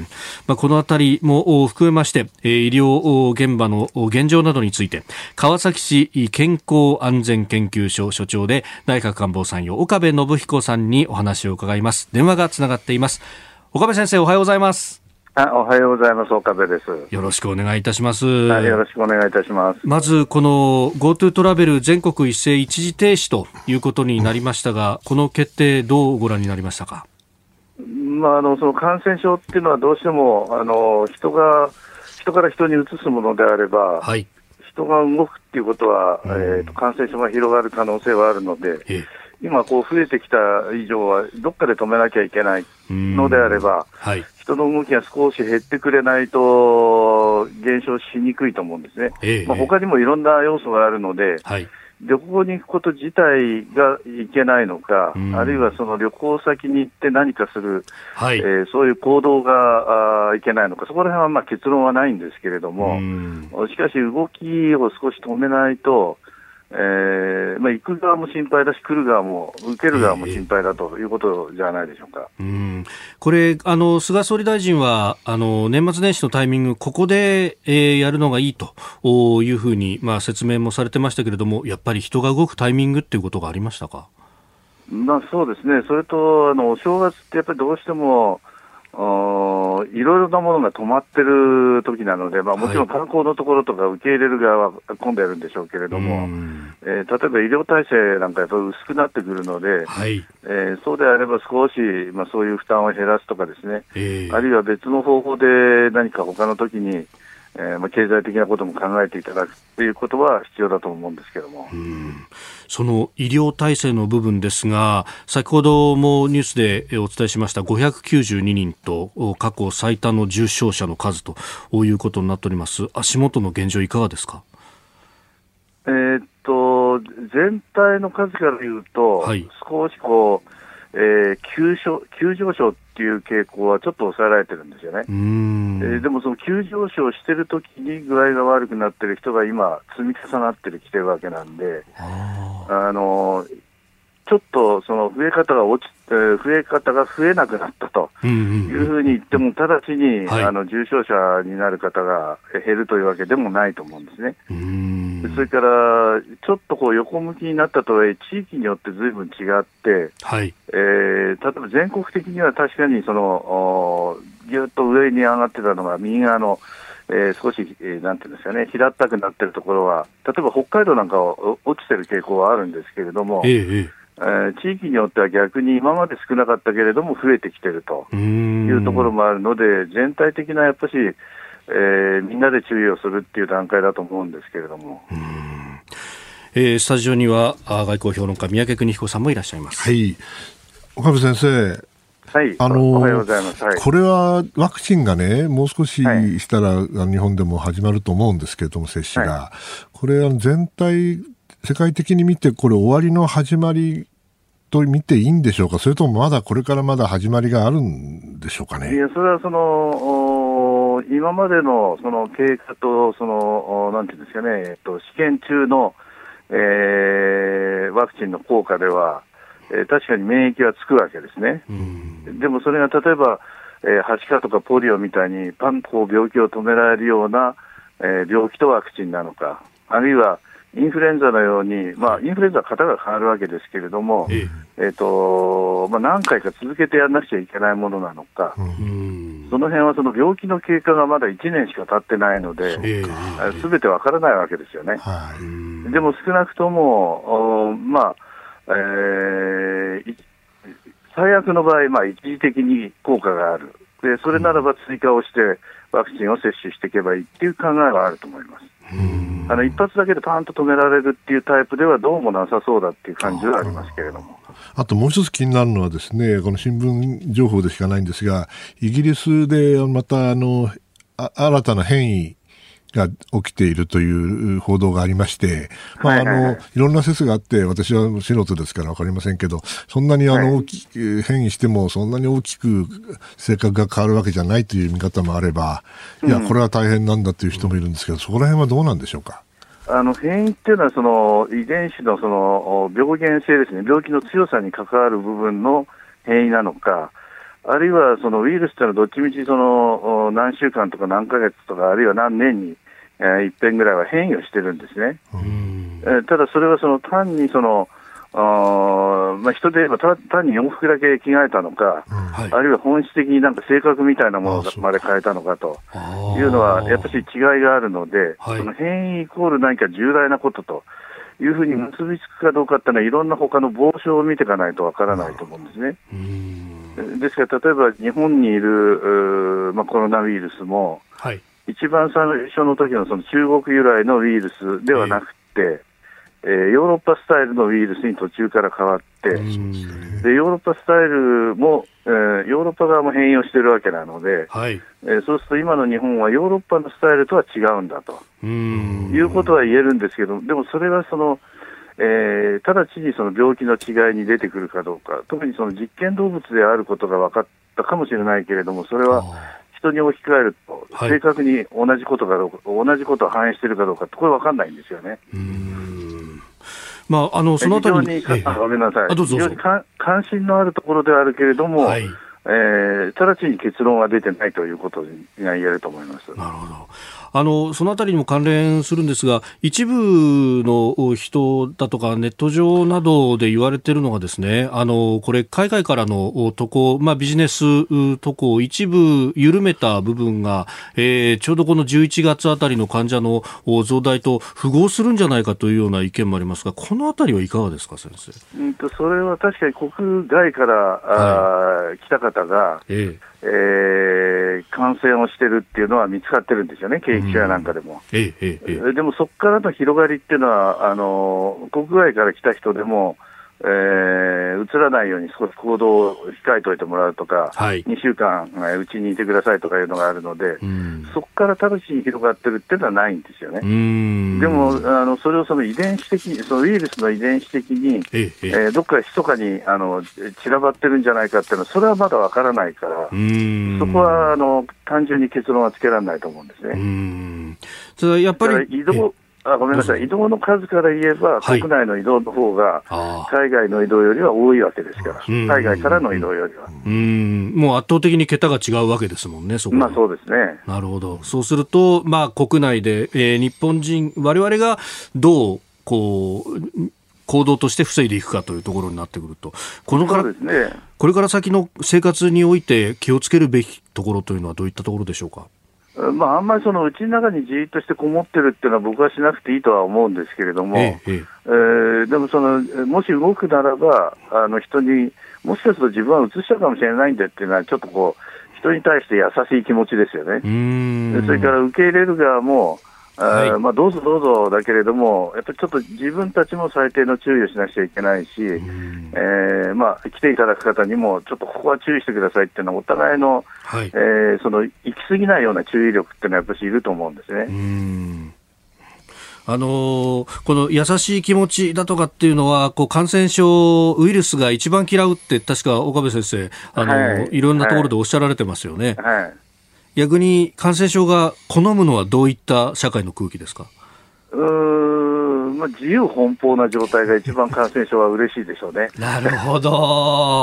まあ、このあたりも含めまして、医療現場の現状などについて川崎市健康安全研究所所長で内閣官房参与岡部信彦さんにお話を伺います。電話がつながっています。岡部先生、おはようございます。 あ、おはようございます。岡部です。 よろしくお願いいたします。 はい、よろしくお願いいたします。 まずこの GoTo トラベル全国一斉一時停止ということになりましたが、この決定どうご覧になりましたか。 まあ、あのその感染症っていうのはどうしてもあの人が人から人に移すものであれば、はい、人が動くっていうことは、うん、えーと、感染症が広がる可能性はあるので、ええ今こう増えてきた以上はどっかで止めなきゃいけないのであれば、はい、人の動きが少し減ってくれないと減少しにくいと思うんですね。ええまあ、他にもいろんな要素があるので、はい、旅行に行くこと自体がいけないのか、あるいはその旅行先に行って何かする、はいえー、そういう行動があいけないのか、そこら辺はまあ結論はないんですけれども、しかし動きを少し止めないと、えーまあ、行く側も心配だし来る側も受ける側も心配だということじゃないでしょうか。 えー、うんこれあの菅総理大臣はあの年末年始のタイミングここで、えー、やるのがいいというふうに、まあ、説明もされてましたけれども、やっぱり人が動くタイミングっていうことがありましたか。 まあ、そうですね。それとあのお正月ってやっぱりどうしてもいろいろなものが止まってる時なので、まあ、もちろん観光のところとか受け入れる側は混んでるんでしょうけれども、えー、例えば医療体制なんかやっぱり薄くなってくるので、はいえー、そうであれば少し、まあ、そういう負担を減らすとかですね、えー、あるいは別の方法で何か他の時にえーまあ、経済的なことも考えていただくということは必要だと思うんですけども、 うんその医療体制の部分ですが、先ほどもニュースでお伝えしましたごひゃくきゅうじゅうににんと過去最多の重症者の数ということになっております。足元の現状いかがですか。 えー、っと全体の数から言うと、はい、少しこう、えー、急上急上昇っていう傾向はちょっと抑えられてるんですよね。うーん、えー、でもその急上昇してるときに具合が悪くなってる人が今積み重なってきてるわけなんで、ああのちょっとその増え方が落ち、えー、増え方が増えなくなったというふうに言っても、直ちに、はい、あの重症者になる方が減るというわけでもないと思うんですね。うーん、それからちょっとこう横向きになったとはいえ地域によってずいぶん違って、はいえー、例えば全国的には確かにそのぎゅっと上に上がってたのが右側の、えー、少し、えー、なんていうんですかね、平ったくなってるところは例えば北海道なんかは落ちてる傾向はあるんですけれども、えーえー、地域によっては逆に今まで少なかったけれども増えてきてるというところもあるので、全体的なやっぱし、えー、みんなで注意をするっていう段階だと思うんですけれども。 うーん、えー、スタジオには外交評論家三宅邦彦さんもいらっしゃいます。 はい、岡部先生、 はい、あのー、おはようございます。はい、 これはワクチンがねもう少ししたら、はい、日本でも始まると思うんですけれども接種が、はい、これは全体世界的に見てこれ終わりの始まりと見ていいんでしょうか、それともまだこれからまだ始まりがあるんでしょうかね。 いや、それはその今までのその経過とそのなんていうんですかね、えっと、試験中の、えー、ワクチンの効果では、えー、確かに免疫はつくわけですね。うん、でもそれが例えば、 えー、はしかとかポリオみたいにパンこう病気を止められるような、えー、病気とワクチンなのか、あるいはインフルエンザのように、まあ、インフルエンザは型が変わるわけですけれども、えええーとまあ、何回か続けてやらなくちゃいけないものなのか、うん、その辺はその病気の経過がまだいちねんしか経ってないので、すべてわからないわけですよね。はい、でも少なくとも、まあえー、最悪の場合、まあ、一時的に効果がある。でそれならば追加をしてワクチンを接種していけばいいっていう考えはあると思います。あの一発だけでパーンと止められるっていうタイプではどうもなさそうだっていう感じはありますけれども。 あともう一つ気になるのはですね、この新聞情報でしかないんですが、イギリスでまたあのあ新たな変異が起きているという報道がありまして、まあ、あの、いろんな説があって、私は素人ですからわかりませんけど、そんなにあの、大きく変異しても、そんなに大きく性格が変わるわけじゃないという見方もあれば、いや、これは大変なんだという人もいるんですけど、そこら辺はどうなんでしょうか。 あの変異っていうのはその遺伝子のその病原性ですね、病気の強さに関わる部分の変異なのか、あるいはそのウイルスというのはどっちみちその何週間とか何ヶ月とかあるいは何年に、えー、一遍ぐらいは変異をしてるんですね。えー、ただそれはその単にそのあ、まあ、人で言えば単に洋服だけ着替えたのか、うんはい、あるいは本質的になんか性格みたいなものまで変えたのかというのはやっぱり違いがあるので、はい、その変異イコール何か重大なことというふうに結びつくかどうかっていうのは、いろんな他の防症を見ていかないとわからないと思うんですね。うんですから例えば日本にいる、まあ、コロナウイルスも、はい、一番最初の時のその中国由来のウイルスではなくて、えー、ヨーロッパスタイルのウイルスに途中から変わって、でヨーロッパスタイルも、えー、ヨーロッパ側も変異をしているわけなので、はい、えー、そうすると今の日本はヨーロッパのスタイルとは違うんだということは言えるんですけど、でもそれはその、えー、直ちにその病気の違いに出てくるかどうか、特にその実験動物であることが分かったかもしれないけれども、それは人に置き換えると正確に同じことかどうか、はい、同じことを反映しているかどうかってこれ分かんないんですよね。うーん、 まあ、あのそのあたりに非常に、あ、ごめんなさい、非常に関心のあるところではあるけれども、はい、えー、直ちに結論は出てないということが言えると思います。 なるほど。あのそのあたりにも関連するんですが、一部の人だとかネット上などで言われているのがですね、あのこれ海外からの渡航、まあ、ビジネス渡航を一部緩めた部分が、えー、ちょうどこのじゅういちがつあたりの患者の増大と符合するんじゃないかというような意見もありますが、このあたりはいかがですか、先生。 うんとそれは確かに国外から、はい、来た方が、えええー、感染をしてるっていうのは見つかってるんですよね、検疫所やなんかでも。うん、ええええ、でもそこからの広がりっていうのは、あの国外から来た人でも、えー、移らないように少し行動を控えておいてもらうとか、はい、にしゅうかんうちにいてくださいとかいうのがあるので、うん、そこから直ちに広がってるっていうのはないんですよね。うん、でもあのそれをその遺伝子的に、そのウイルスの遺伝子的に、えええー、どっか密かにあの散らばってるんじゃないかっていうのは、それはまだわからないから、うん、そこはあの単純に結論はつけられないと思うんですね。うん、 それはやっぱり移動あごめんなさい、移動の数から言えば、はい、国内の移動の方が海外の移動よりは多いわけですから、海外からの移動よりは。 うん、もう圧倒的に桁が違うわけですもんね、そこは。 まあそうですね。 なるほど。そうすると、まあ、国内で、えー、日本人、我々がどうこう行動として防いでいくかというところになってくると、このから、そうですね、これから先の生活において気をつけるべきところというのはどういったところでしょうか。 まあ、あんまりそのうちの中にじーっとしてこもってるっていうのは僕はしなくていいとは思うんですけれども、えええー、でもそのもし動くならばあの人にもしかすると自分はうつしたかもしれないんだっていうのはちょっとこう人に対して優しい気持ちですよね。うーん、それから受け入れる側もはい、まあ、どうぞどうぞだけれども、やっぱりちょっと自分たちも最低の注意をしなくちゃいけないし、えーまあ、来ていただく方にもちょっとここは注意してくださいっていうのはお互いの、はい、えー、その行き過ぎないような注意力っていうのはやっぱりいると思うんですね。うーん、 あのー、この優しい気持ちだとかっていうのはこう感染症ウイルスが一番嫌うって確か岡部先生、あのーはい、いろんなところでおっしゃられてますよね。はいはい、逆に感染症が好むのはどういった社会の空気ですか。 うーん、まあ、自由奔放な状態が一番感染症は嬉しいでしょうね。 なるほど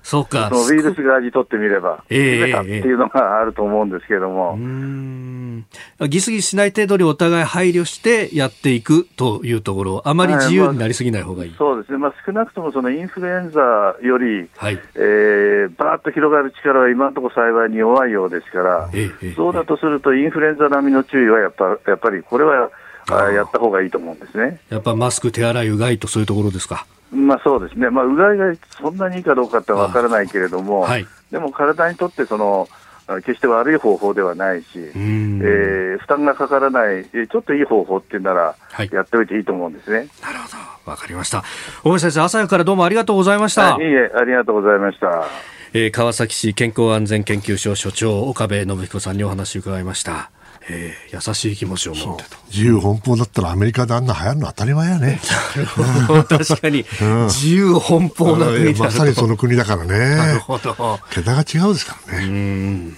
そうか。 そのウイルス側にとってみれば、 ええー、っていうのがあると思うんですけれども。 うーん、ギスギスしない程度にお互い配慮してやっていくというところ、あまり自由になりすぎない方がいい。 はい、まあ、そうですね。まあ、少なくともそのインフルエンザより、 はい、 えー、バーッと広がる力は今のところ幸いに弱いようですから、えー、そうだとするとインフルエンザ並みの注意はやっぱ、やっぱりこれはやった方がいいと思うんですね。 やっぱマスク、手洗い、うがいとそういうところですか。 まあ、そうですね。まあ、うがいがそんなにいいかどうかってわからないけれども、はい、でも体にとってその決して悪い方法ではないし、えー、負担がかからないちょっといい方法っていうなら、はい、やっておいていいと思うんですね。 なるほど、わかりました。大林先生、朝からどうもありがとうございました。 はい、いいえ、ありがとうございました。 えー、川崎市健康安全研究所所長岡部信彦さんにお話を伺いました。えー、優しい気持ちを持ってと。 自由奔放だったらアメリカであんな流行るの当たり前やね。 確かに、うん、自由奔放な国だ、 まさにその国だからね。 なるほど。 桁が違うですからね。 うん、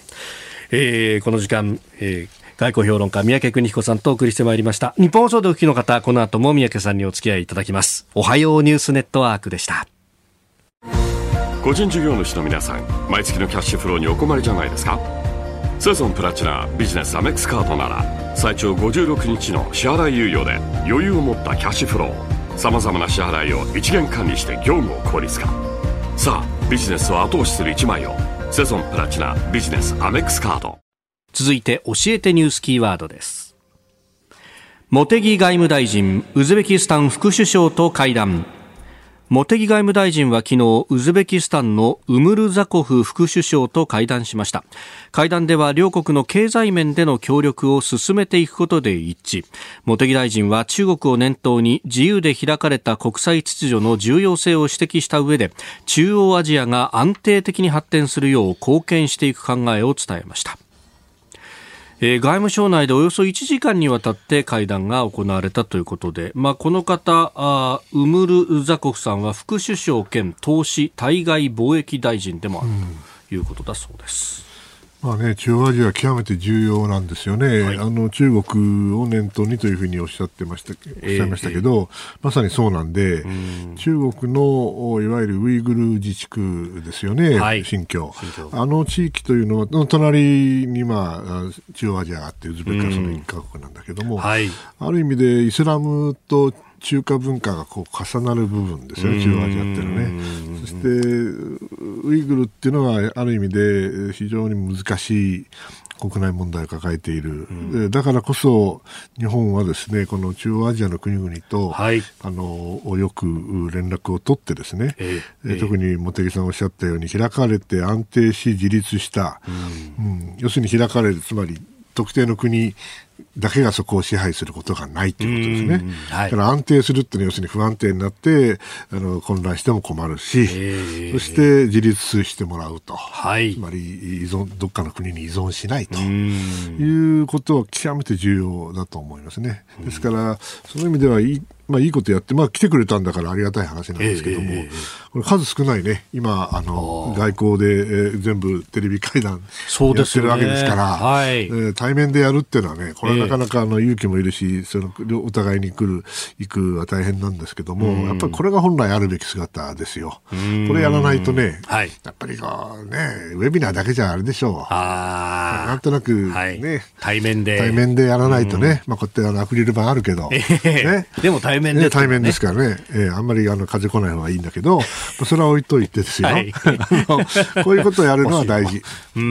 えー、この時間、えー、外交評論家三宅邦彦さんとお送りしてまいりました。日本放送でお聞きの方、この後も三宅さんにお付き合いいただきます。おはようニュースネットワークでした。 個人事業主の皆さん、毎月のキャッシュフローにお困りじゃないですか。セゾンプラチナビジネスアメックスカードなら最長ごじゅうろくにちの支払い猶予で余裕を持ったキャッシュフロー、さまざまな支払いを一元管理して業務を効率化。さあビジネスを後押しする一枚を、セゾンプラチナビジネスアメックスカード。 続いて教えてニュースキーワードです。茂木外務大臣、ウズベキスタン副首相と会談。茂木外務大臣は昨日、ウズベキスタンのウムルザコフ副首相と会談しました。会談では両国の経済面での協力を進めていくことで一致。茂木大臣は中国を念頭に自由で開かれた国際秩序の重要性を指摘した上で、中央アジアが安定的に発展するよう貢献していく考えを伝えました。えー、外務省内でおよそいちじかんにわたって会談が行われたということで、まあ、この方あウムルザコフさんは副首相兼投資対外貿易大臣でもあるということだそうです。 まあね、中央アジアは極めて重要なんですよね、はい、あの中国を念頭にというふうにおっしゃってました、おっしゃいましたけど、えー、まさにそうなんで、ん中国のいわゆるウイグル自治区ですよね、はい、新疆、あの地域というのはの隣に、まあ、中央アジアがあってウズベクはその一カ国なんだけども、はい、ある意味でイスラムと中華文化がこう重なる部分ですよね、中央アジアっていうのはね。そしてウイグルっていうのはある意味で非常に難しい国内問題を抱えている、うん、だからこそ日本はですね、この中央アジアの国々と、はい、あのよく連絡を取ってですね、えーえー、特に茂木さんおっしゃったように開かれて安定し自立した、うんうん、要するに開かれる、つまり特定の国だけがそこを支配することがないということですね。はい、だから安定するっていうのは要するに不安定になってあの混乱しても困るし、えー、そして自立してもらうと、はい、つまり依存どっかの国に依存しないということは極めて重要だと思いますね。ですからその意味ではいいまあ、いいことやって、まあ、来てくれたんだからありがたい話なんですけども、えーえー、これ数少ないね、今あの外交で、えー、全部テレビ会談やってるわけですから、はい、えー、対面でやるっていうのはね、これはなかなかあの勇気もいるし、そのお互いに来る行くは大変なんですけども、やっぱりこれが本来あるべき姿ですよ。これやらないとね、はい、やっぱりこうね、ウェビナーだけじゃあれでしょう。あ、なんとなくね、はい、対面で対面でやらないとね、まあ、こうやってあのアクリル板あるけど、えーね、 でも対面で、ね、 対面ですからね、えー、あんまりあの風来ない方がいいんだけど、それは置いといてですよ、はい、こういうことをやるのは大事。 うん、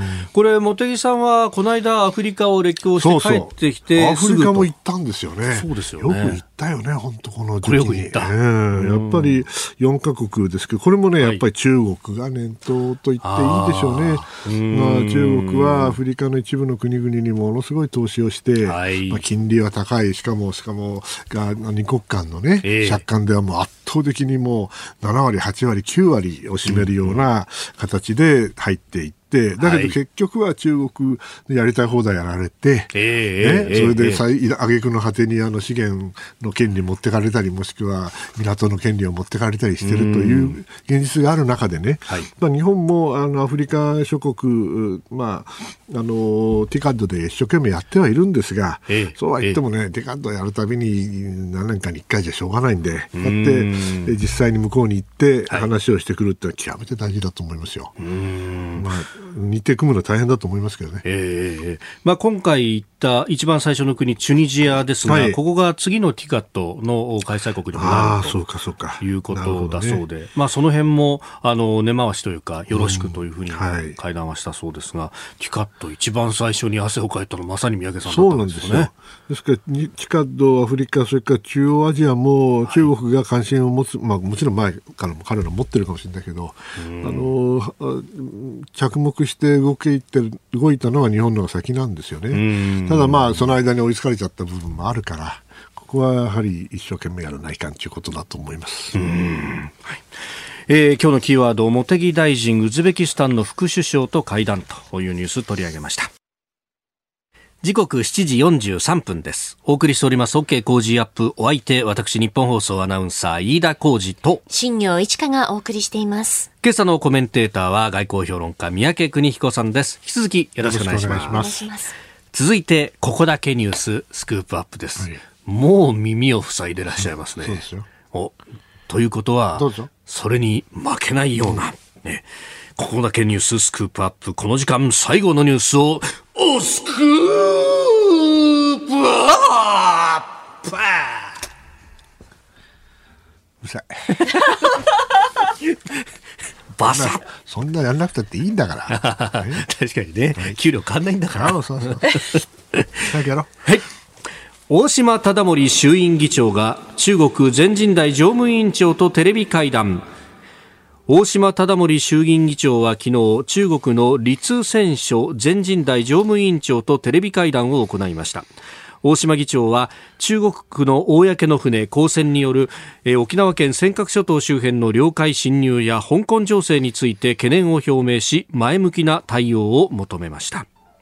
これ茂木さんはこの間アフリカを歴訪して帰ってきて、 そうそう、アフリカも行ったんですよね。 そうですよね、 よく行ったよね、本当この時期に。 よく行った、 えー、やっぱりよんカ国ですけど、これもね、やっぱり中国が念頭と言っていいでしょうね。まあ、中国はアフリカの一部の国々にものすごい投資をして、はい、まあ、金利は高い、しかもしかもが二国間のね、えー、借款ではもう圧倒的にもうななわりはちわりきゅうわりを占めるような形で入っていって、 、だけど結局は中国でやりたい放題やられて、はいねえー、それで最、えー、挙句の果てにあの資源の権利持ってかれたり、もしくは港の権利を持ってかれたりしているという現実がある中でね、はいまあ、日本もあのアフリカ諸国、まあ、あのティカッドで一生懸命やってはいるんですが、えー、そうは言ってもね、えー、ティカッドやるたびに何年かにいっかいじゃしょうがないんで、だって実際に向こうに行って話をしてくるってのは極めて大事だと思いますよ。うーん、まあ、日程組むのは大変だと思いますけどね。 えーまあ、今回行った一番最初の国チュニジアですが、はい、ここが次のティカッドの開催国にもなるということだそうで、ねまあ、その辺もあの根回しというかよろしくというふうに会談はしたそうですが、うんはい、ティカッド一番最初に汗をかいたのはまさに三宅さんだったんですよね。そうなんですよ。 ですからティカッド、アフリカ、それから中央アジアも中国が関心を持つ、まあ、もちろん前からも彼ら持ってるかもしれないけど、あの着目して動けて動いたのは日本の方が先なんですよね。ただまあその間に追いつかれちゃった部分もあるから、ここはやはり一生懸命やらないかんということだと思います。うん、はいえー、今日のキーワード、茂木大臣ウズベキスタンの副首相と会談というニュース取り上げました。時刻しちじよんじゅうさんぷんです。お送りしております OK 工事アップ。お相手、私日本放送アナウンサー飯田浩司と新業一華がお送りしています。 今朝のコメンテーターは外交評論家三宅邦彦さんです。引き続きよろしくお願いします。続いてここだけニューススクープアップです、はい、もう耳を塞いでらっしゃいますね。 そうですよ。 おということはそれに負けないような、ね、ここだけニューススクープアップ、この時間最後のニュースをおスクープアップ。 うるさいバサッ。 そんなやんなくたっていいんだから確かにね、はい、給料変わんないんだから。 そうそうそう早くやろう。 はい。大島忠盛衆院議長が中国全人代常務委員長とテレビ会談。大島忠盛衆議院議長は昨日、中国の栗戦書全人代常務委員長とテレビ会談を行いました。大島議長は中国の公の船公船による、えー、沖縄県尖閣諸島周辺の領海侵入や香港情勢について懸念を表明し、前向きな対応を求めました。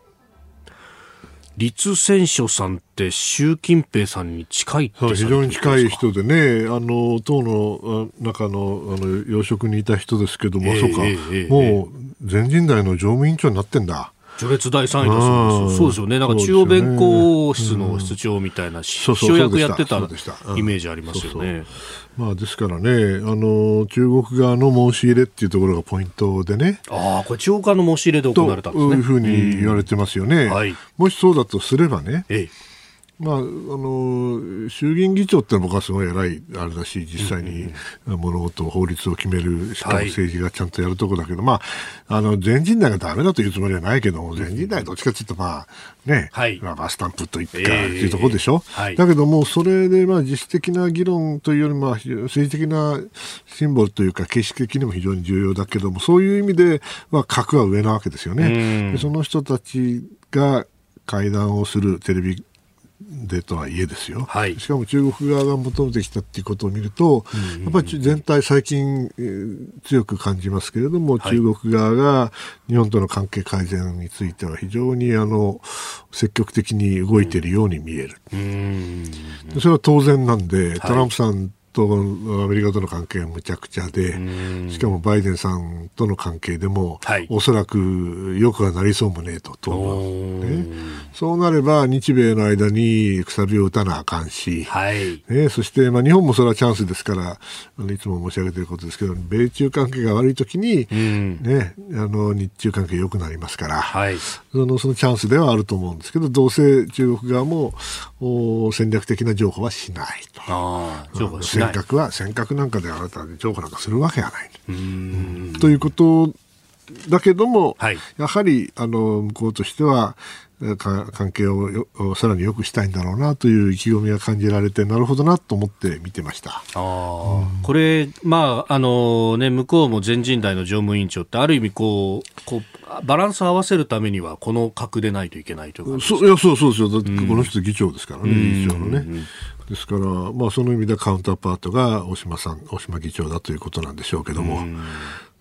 栗戦書さんって習近平さんに近いってされてるんですか？ 非常に近い人でね、あの党の中の、あの要職にいた人ですけども、えー、そうか、えー、もう全人代の常務委員長になってんだ。 序列だいさんいだそうです。そうですよね。なんか中央弁公室の室長みたいな秘書役やってたイメージありますよね。 まあ、ですからね、あの中国側の申し入れっていうところがポイントでね。 ああ、これ中国側の申し入れで行われたんですね。 というふうに言われてますよね。うんはい、もしそうだとすればね、ええまあ、あの衆議院議長って僕はすごい偉いあれだし、実際に物事法律を決める、しかも政治がちゃんとやるところだけど、はい、まあ、あの全人代がダメだというつもりはないけど、全人代どっちかというとまあね、はい、ラバースタンプといったっていうところでしょ、えーはい、だけどもそれでまあ実質的な議論というよりも政治的なシンボルというか形式的にも非常に重要だけども、そういう意味では格は上なわけですよね。でその人たちが会談をするテレビでとはいえですよ、はい、しかも中国側が求めてきたということを見ると、うんうんうん、やっぱり全体最近、えー、強く感じますけれども、はい、中国側が日本との関係改善については非常にあの積極的に動いているように見える、うんうん、それは当然なんで、はい、トランプさんとアメリカとの関係はむちゃくちゃで、しかもバイデンさんとの関係でも、はい、おそらくよくはなりそうもねえと、ね、そうなれば日米の間にくさびを打たなあかんし、はいね、そして、まあ、日本もそれはチャンスですから、あのいつも申し上げていることですけど、米中関係が悪いときに、ね、あの日中関係良くなりますから、はい、その、そのチャンスではあると思うんですけど、どうせ中国側も戦略的な譲歩はしないと。あ譲歩しない。尖閣は尖閣なんかであなたで譲歩なんかするわけがない。うーんということだけども、はい、やはりあの向こうとしては関係をさらに良くしたいんだろうなという意気込みが感じられて、なるほどなと思って見てました。 あ、うん、これ、まああのね、向こうも全人代の常務委員長ってある意味こう、こうバランスを合わせるためにはこの格でないといけないというか、 そういやそうそうですよ。だってこの人議長ですからね、議長のね。ですから、まあ、その意味でカウンターパートが大島さん、大島議長だということなんでしょうけども、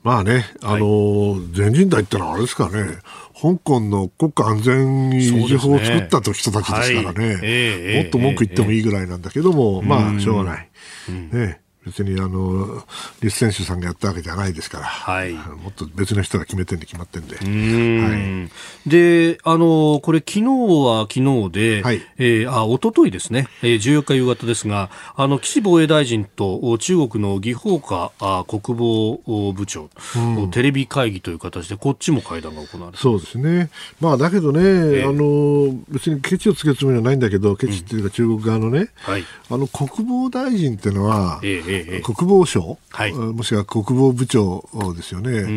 まあね、あのーはい、全人代ってのはあれですかね、香港の国家安全維持法を作った人たちですからね、はいえー、もっと文句言ってもいいぐらいなんだけども、えー、まあしょうがない、うんね、別にあの李選手さんがやったわけじゃないですから、はい、もっと別の人が決めてるに決まってるんで、 うんはい、であのこれ昨日は昨日で、はいえー、あ一昨日ですね、えー、じゅうよっか夕方ですが、あの岸防衛大臣と中国の魏鳳華国防部長、うん、テレビ会議という形でこっちも会談が行われてそうですね、まあ、だけどね、えー、あの別にケチをつけるつもりはないんだけど、ケチっていうか中国側のね、うんはい、あの国防大臣っていうのは、えーえー、国防省、はい、もしくは国防部長ですよね、うん、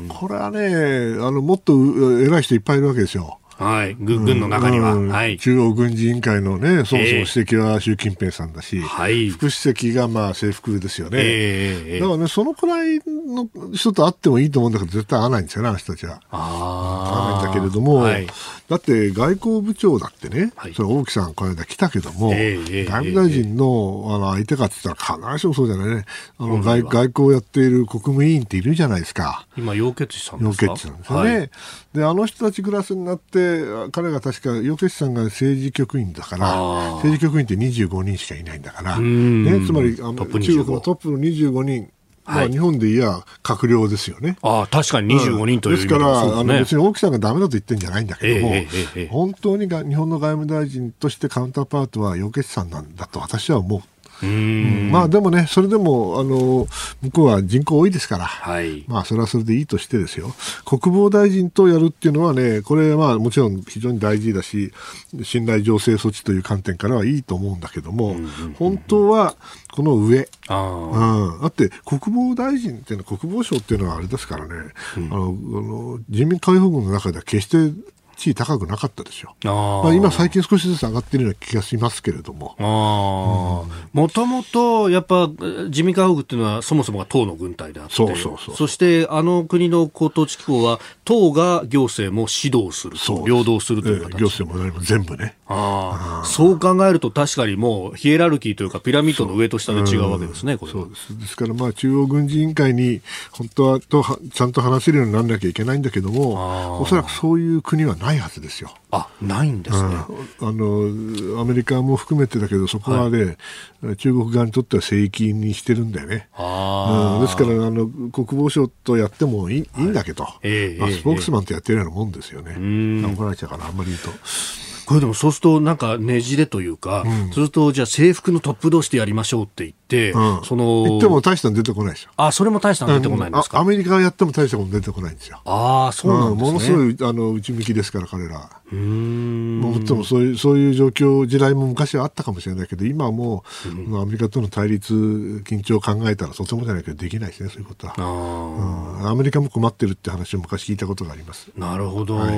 これはねあのもっと偉い人いっぱいいるわけですよ。 はい、軍の中には、うんはい、 中央軍事委員会のね、そもそも主席は習近平さんだし、えー、副主席がまあ制服ですよね、えー、だからね、そのくらいの人と会ってもいいと思うんだけど、絶対会わないんですよね、あの人たちは。あ会わないんだけれども、はい、だって外交部長だってね、はい、それ大木さんこの間来たけども、えー、外務大臣の、あの相手かって言ったら必ずしもそうじゃないね、あの 外, 外交をやっている国務委員っているじゃないですか。 今、楊潔チさんですか。 楊潔チさんですよね、はい、であの人たちクラスになって彼が確か楊潔チさんが政治局員だから政治局員ってにじゅうごにんしかいないんだから、ね、つまりあの中国のトップのにじゅうごにん、まあ、日本でいや閣僚ですよね。 あ確かににじゅうごにんという意味で、 うん、ですから、 ね、 あの別に王毅さんがダメだと言ってるんじゃないんだけども、えーえー、本当にが日本の外務大臣としてカウンターパートは楊潔チさんなんだと私は思う。うんうんまあでもね、それでもあの向こうは人口多いですから、はい、まあそれはそれでいいとしてですよ、国防大臣とやるっていうのはね、これはまあもちろん非常に大事だし、信頼醸成措置という観点からはいいと思うんだけども、うんうんうんうん、本当はこの上、あ、うん、だって国防大臣っていうのは国防省っていうのはあれですからね、うん、あのあの人民解放軍の中では決して地位高くなかったですよ。あ、まあ、今最近少しずつ上がっているような気がしますけれども、 もともとやっぱ人民解放軍っていうのはそもそもが党の軍隊であって、そうそうそう、そしてあの国の高統治機構は党が行政も指導すると、領導するという形、えー、 行政も何も全部ね。 ああ、そう考えると確かにもうヒエラルキーというかピラミッドの上と下で違うわけですね。これそうです。ですからまあ中央軍事委員会に本当はとちゃんと話せるようにならなきゃいけないんだけども、おそらくそういう国はないはずですよ。 あ、ないんですね。 あのアメリカも含めてだけど、そこはね、はい、中国側にとっては聖域にしてるんだよね。あ、うん、ですからあの国防省とやってもいい、いいんだけど、はい、えーまあ、スポークスマンとやってるようなもんですよね。えー、怒られちゃうからあんまり言うと。 これでもそうするとなんかねじれというか、うん、そうするとじゃあ制服のトップ同士でやりましょうって言って、うん、その言っても大したの出てこないでしょ。 あ、それも大したの出てこないんですか。 アメリカがやっても大したこと出てこないんですよ。 ああ、そうなんですね。 うん、ものすごいあの内向きですから彼ら。うーん、もっともそういうそういう状況時代も昔はあったかもしれないけど、今はもう、うん、アメリカとの対立緊張を考えたらとてもじゃないけどできないですね、そういうことは。あ、うん、アメリカも困ってるって話を昔聞いたことがあります。 なるほど、はい、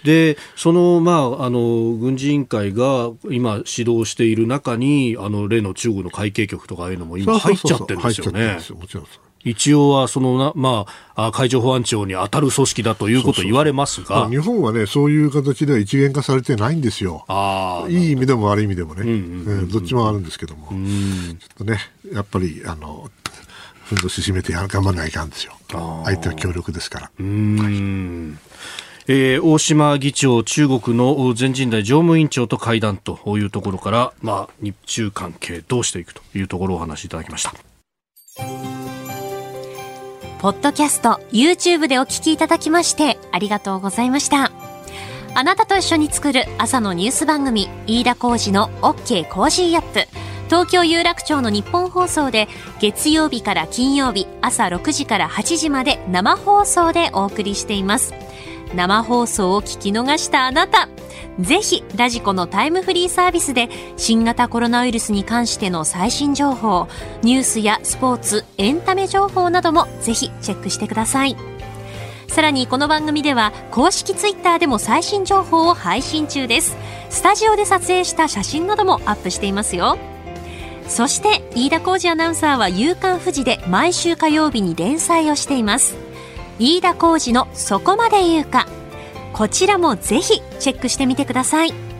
でそのまああの軍事委員会が今指導している中にあの例の中国の海警局とかいうのも今入っちゃってるんですよね。もちろん一応はそのな、まあ、海上保安庁に当たる組織だということを言われますが、そうそうそう、 日本はねそういう形では一元化されてないんですよ。あ、いい意味でも悪い意味でもね、うんうんうんうん、どっちもあるんですけども、うん、ちょっとねやっぱりあのふんどし締めて頑張らないかんですよ。相手は強力ですから。うーん、 えー、大島議長、中国の全人代常務委員長と会談というところから、まあ、日中関係どうしていくというところをお話しいただきました。 ポッドキャスト YouTube でお聞きいただきましてありがとうございました。あなたと一緒に作る朝のニュース番組、飯田浩司の OK コージーアップ、東京有楽町の日本放送で月曜日から金曜日朝ろくじからはちじまで生放送でお送りしています。生放送を聞き逃したあなた、ぜひラジコのタイムフリーサービスで新型コロナウイルスに関しての最新情報、ニュースやスポーツ、エンタメ情報などもぜひチェックしてください。さらにこの番組では公式ツイッターでも最新情報を配信中です。スタジオで撮影した写真などもアップしていますよ。そして飯田浩司アナウンサーは夕刊フジで毎週火曜日に連載をしています。飯田浩司のそこまで言うか、こちらもぜひチェックしてみてください。